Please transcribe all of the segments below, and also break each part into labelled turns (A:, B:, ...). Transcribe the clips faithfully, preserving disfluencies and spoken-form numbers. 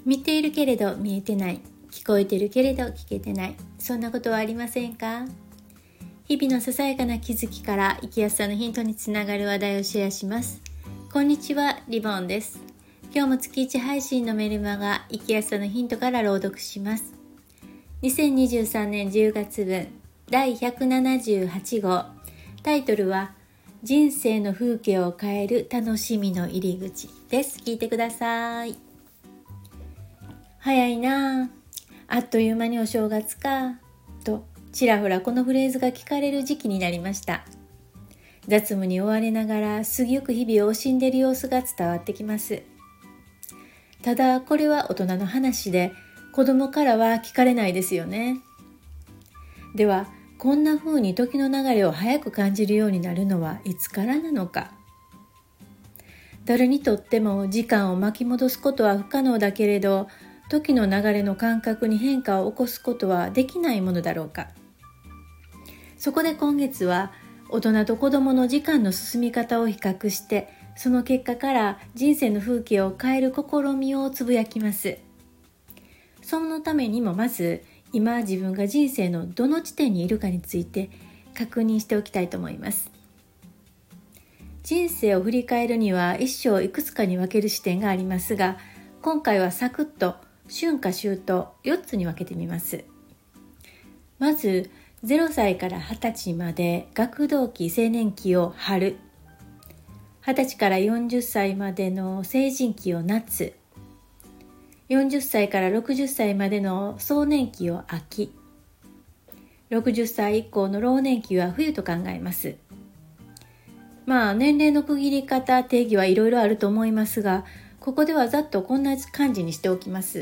A: 見ているけれど見えてない、聞こえてるけれど聞けてない、そんなことはありませんか？日々のささやかな気づきから生きやすさのヒントにつながる話題をシェアします。こんにちは、リボンです。今日も月いち配信のメルマガ生きやすさのヒントから朗読します。にせんにじゅうさんねんじゅうがつぶんだいひゃくななじゅうはちごう、タイトルは人生の風景を変える楽しみの入り口です。聞いてください。早いなあ、あっという間にお正月かとちらほらこのフレーズが聞かれる時期になりました。雑務に追われながら過ぎゆく日々を惜しんでいる様子が伝わってきます。ただこれは大人の話で子供からは聞かれないですよね。ではこんな風に時の流れを早く感じるようになるのはいつからなのか。誰にとっても時間を巻き戻すことは不可能だけれど、時の流れの感覚に変化を起こすことはできないものだろうか。そこで今月は大人と子どもの時間の進み方を比較して、その結果から人生の風景を変える試みをつぶやきます。そのためにもまず今自分が人生のどの地点にいるかについて確認しておきたいと思います。人生を振り返るには一生いくつかに分ける視点がありますが、今回はサクッと春夏秋冬よっつに分けてみます。まずゼロさいからはたちまで学童期青年期を春、はたちからよんじゅっさいまでの成人期を夏、よんじゅっさいからろくじゅっさいまでの壮年期を秋、ろくじゅっさい以降の老年期は冬と考えます。まあ年齢の区切り方、定義はいろいろあると思いますが、ここではざっとこんな感じにしておきます。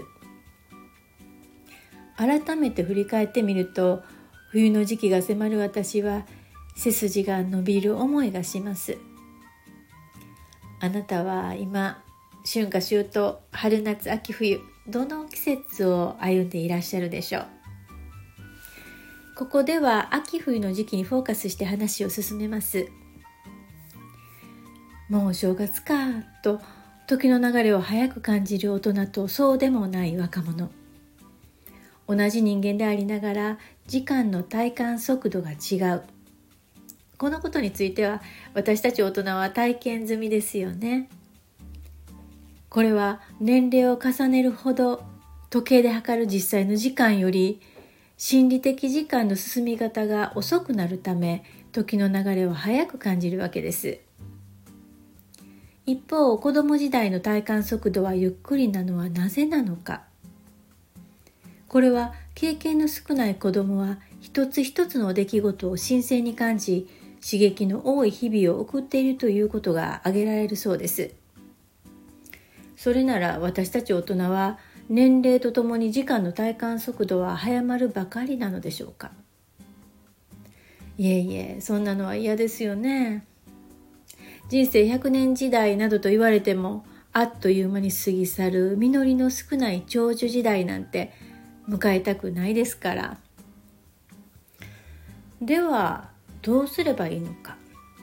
A: 改めて振り返ってみると、冬の時期が迫る私は背筋が伸びる思いがします。あなたは今、春夏秋冬、春夏秋冬、どの季節を歩んでいらっしゃるでしょう。ここでは秋冬の時期にフォーカスして話を進めます。もうお正月かと時の流れを早く感じる大人と、そうでもない若者。同じ人間でありながら時間の体感速度が違う。このことについては私たち大人は体験済みですよね。これは年齢を重ねるほど時計で測る実際の時間より心理的時間の進み方が遅くなるため、時の流れを早く感じるわけです。一方、子供時代の体感速度はゆっくりなのはなぜなのか。これは経験の少ない子供は一つ一つの出来事を新鮮に感じ、刺激の多い日々を送っているということが挙げられるそうです。それなら私たち大人は年齢とともに時間の体感速度は早まるばかりなのでしょうか。いえいえ、そんなのは嫌ですよね。人生ひゃくねん時代などと言われても、あっという間に過ぎ去る実りの少ない長寿時代なんて迎えたくないですから。ではどうすればいいのか。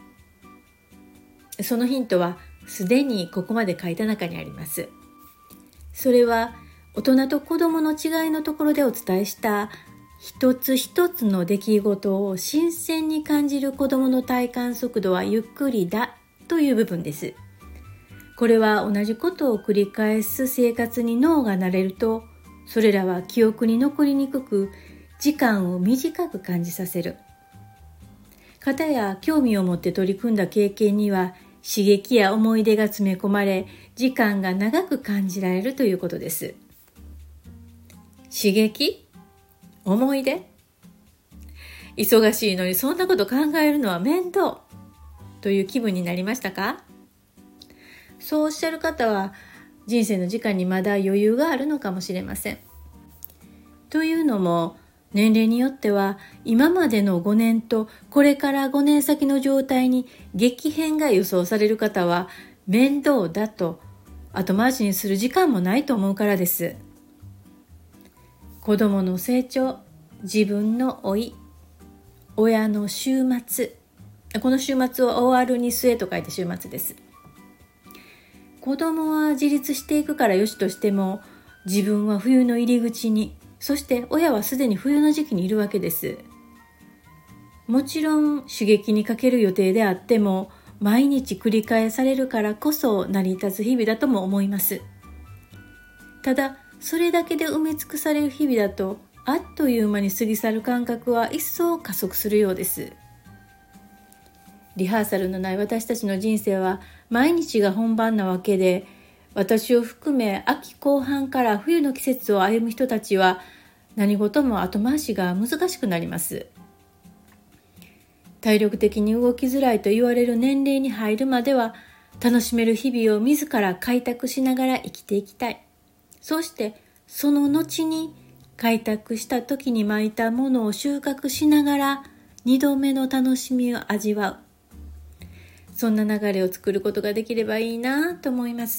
A: そのヒントはすでにここまで書いた中にあります。それは大人と子供の違いのところでお伝えした一つ一つの出来事を新鮮に感じる子供の体感速度はゆっくりだという部分です。これは同じことを繰り返す生活に脳が慣れると、それらは記憶に残りにくく、時間を短く感じさせる。方や興味を持って取り組んだ経験には刺激や思い出が詰め込まれ、時間が長く感じられるということです。刺激？思い出？忙しいのにそんなこと考えるのは面倒という気分になりましたか？そうおっしゃる方は人生の時間にまだ余裕があるのかもしれません。というのも、年齢によっては今までのごねんとこれからごねん先の状態に激変が予想される方は、面倒だと後回しにする時間もないと思うからです。子供の成長、自分の老い、親の終末、この週末を終わるに末と書いて週末です。子供は自立していくからよしとしても、 自分は冬の入り口に、そして親はすでに冬の時期にいるわけです。もちろん刺激にかける予定であっても、毎日繰り返されるからこそ成り立つ日々だとも思います。ただ、それだけで埋め尽くされる日々だと、あっという間に過ぎ去る感覚は一層加速するようです。リハーサルのない私たちの人生は毎日が本番なわけで、私を含め秋後半から冬の季節を歩む人たちは何事も後回しが難しくなります。体力的に動きづらいと言われる年齢に入るまでは、楽しめる日々を自ら開拓しながら生きていきたい。そしてその後に開拓した時にまいたものを収穫しながら二度目の楽しみを味わう。そんな流れを作ることができればいいなと思います。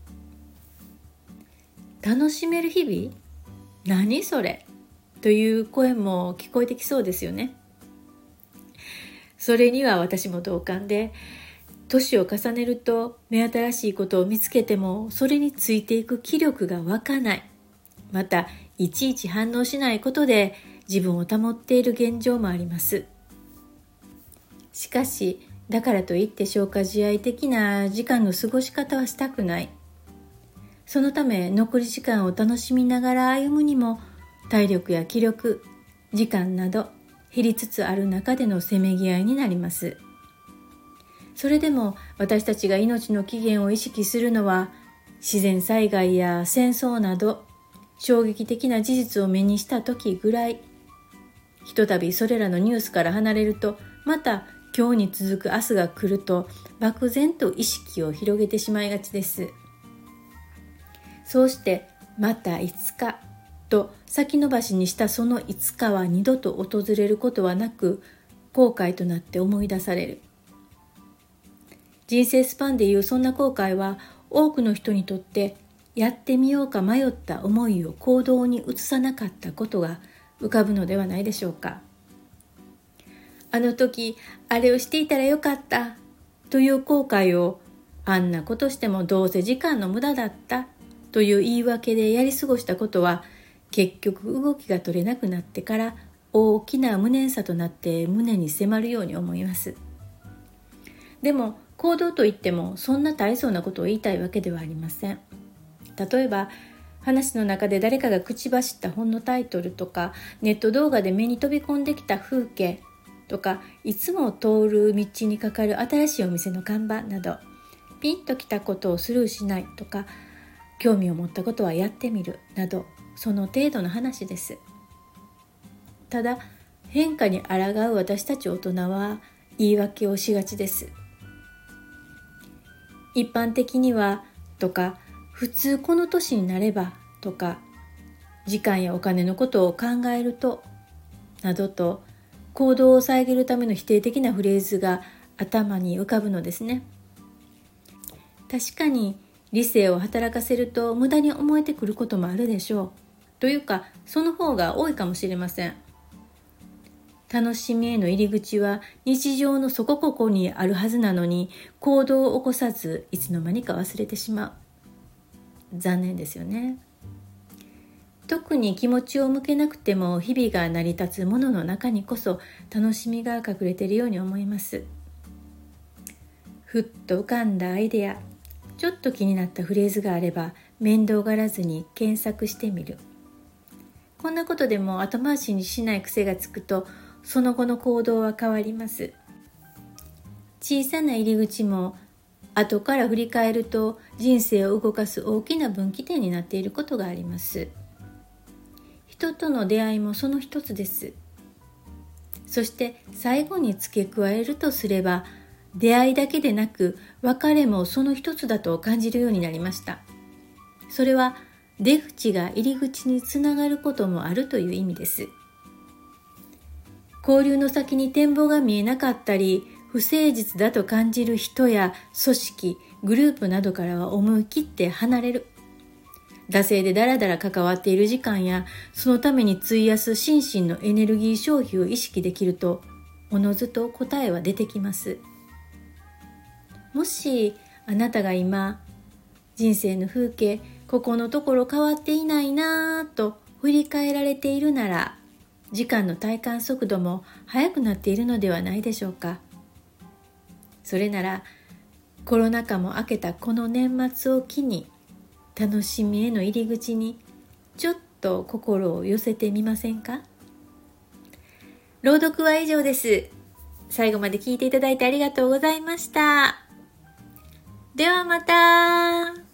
A: 楽しめる日々？何それ？という声も聞こえてきそうですよね。それには私も同感で、年を重ねると目新しいことを見つけてもそれについていく気力が湧かない。またいちいち反応しないことで自分を保っている現状もあります。しかしだからといって消化試合的な時間の過ごし方はしたくない。そのため残り時間を楽しみながら歩むにも体力や気力、時間など減りつつある中でのせめぎ合いになります。それでも私たちが命の起源を意識するのは、自然災害や戦争など衝撃的な事実を目にした時ぐらい。ひとたびそれらのニュースから離れると、また今日に続く明日が来ると漠然と意識を広げてしまいがちです。そうしてまたいつかと先延ばしにしたそのいつかは二度と訪れることはなく、後悔となって思い出される。人生スパンでいうそんな後悔は、多くの人にとってやってみようか迷った思いを行動に移さなかったことが浮かぶのではないでしょうか。あの時あれをしていたらよかったという後悔を、あんなことしてもどうせ時間の無駄だったという言い訳でやり過ごしたことは、結局動きが取れなくなってから大きな無念さとなって胸に迫るように思います。でも行動といってもそんな大層なことを言いたいわけではありません。例えば話の中で誰かが口走った本のタイトルとか、ネット動画で目に飛び込んできた風景とか、いつも通る道にかかる新しいお店の看板など、ピンときたことをスルーしないとか、興味を持ったことはやってみるなど、その程度の話です。ただ変化に抗う私たち大人は言い訳をしがちです。一般的にはとか、普通この年になればとか、時間やお金のことを考えるとなどと、行動を遮るための否定的なフレーズが頭に浮かぶのですね。確かに理性を働かせると無駄に思えてくることもあるでしょう。というか、その方が多いかもしれません。楽しみへの入り口は日常のそこここにあるはずなのに、行動を起こさずいつの間にか忘れてしまう。残念ですよね。特に気持ちを向けなくても日々が成り立つものの中にこそ楽しみが隠れているように思います。ふっと浮かんだアイデア、ちょっと気になったフレーズがあれば面倒がらずに検索してみる。こんなことでも後回しにしない癖がつくと、その後の行動は変わります。小さな入り口も後から振り返ると人生を動かす大きな分岐点になっていることがあります。人との出会いもその一つです。そして最後に付け加えるとすれば、出会いだけでなく別れもその一つだと感じるようになりました。それは出口が入り口につながることもあるという意味です。交流の先に展望が見えなかったり、不誠実だと感じる人や組織、グループなどからは思い切って離れる。惰性でだらだら関わっている時間や、そのために費やす心身のエネルギー消費を意識できると、おのずと答えは出てきます。もしあなたが今、人生の風景、 ここのところ変わっていないなぁと振り返られているなら、時間の体感速度も速くなっているのではないでしょうか。それならコロナ禍も明けたこの年末を機に、楽しみへの入り口にちょっと心を寄せてみませんか。朗読は以上です。最後まで聞いていただいてありがとうございました。ではまた。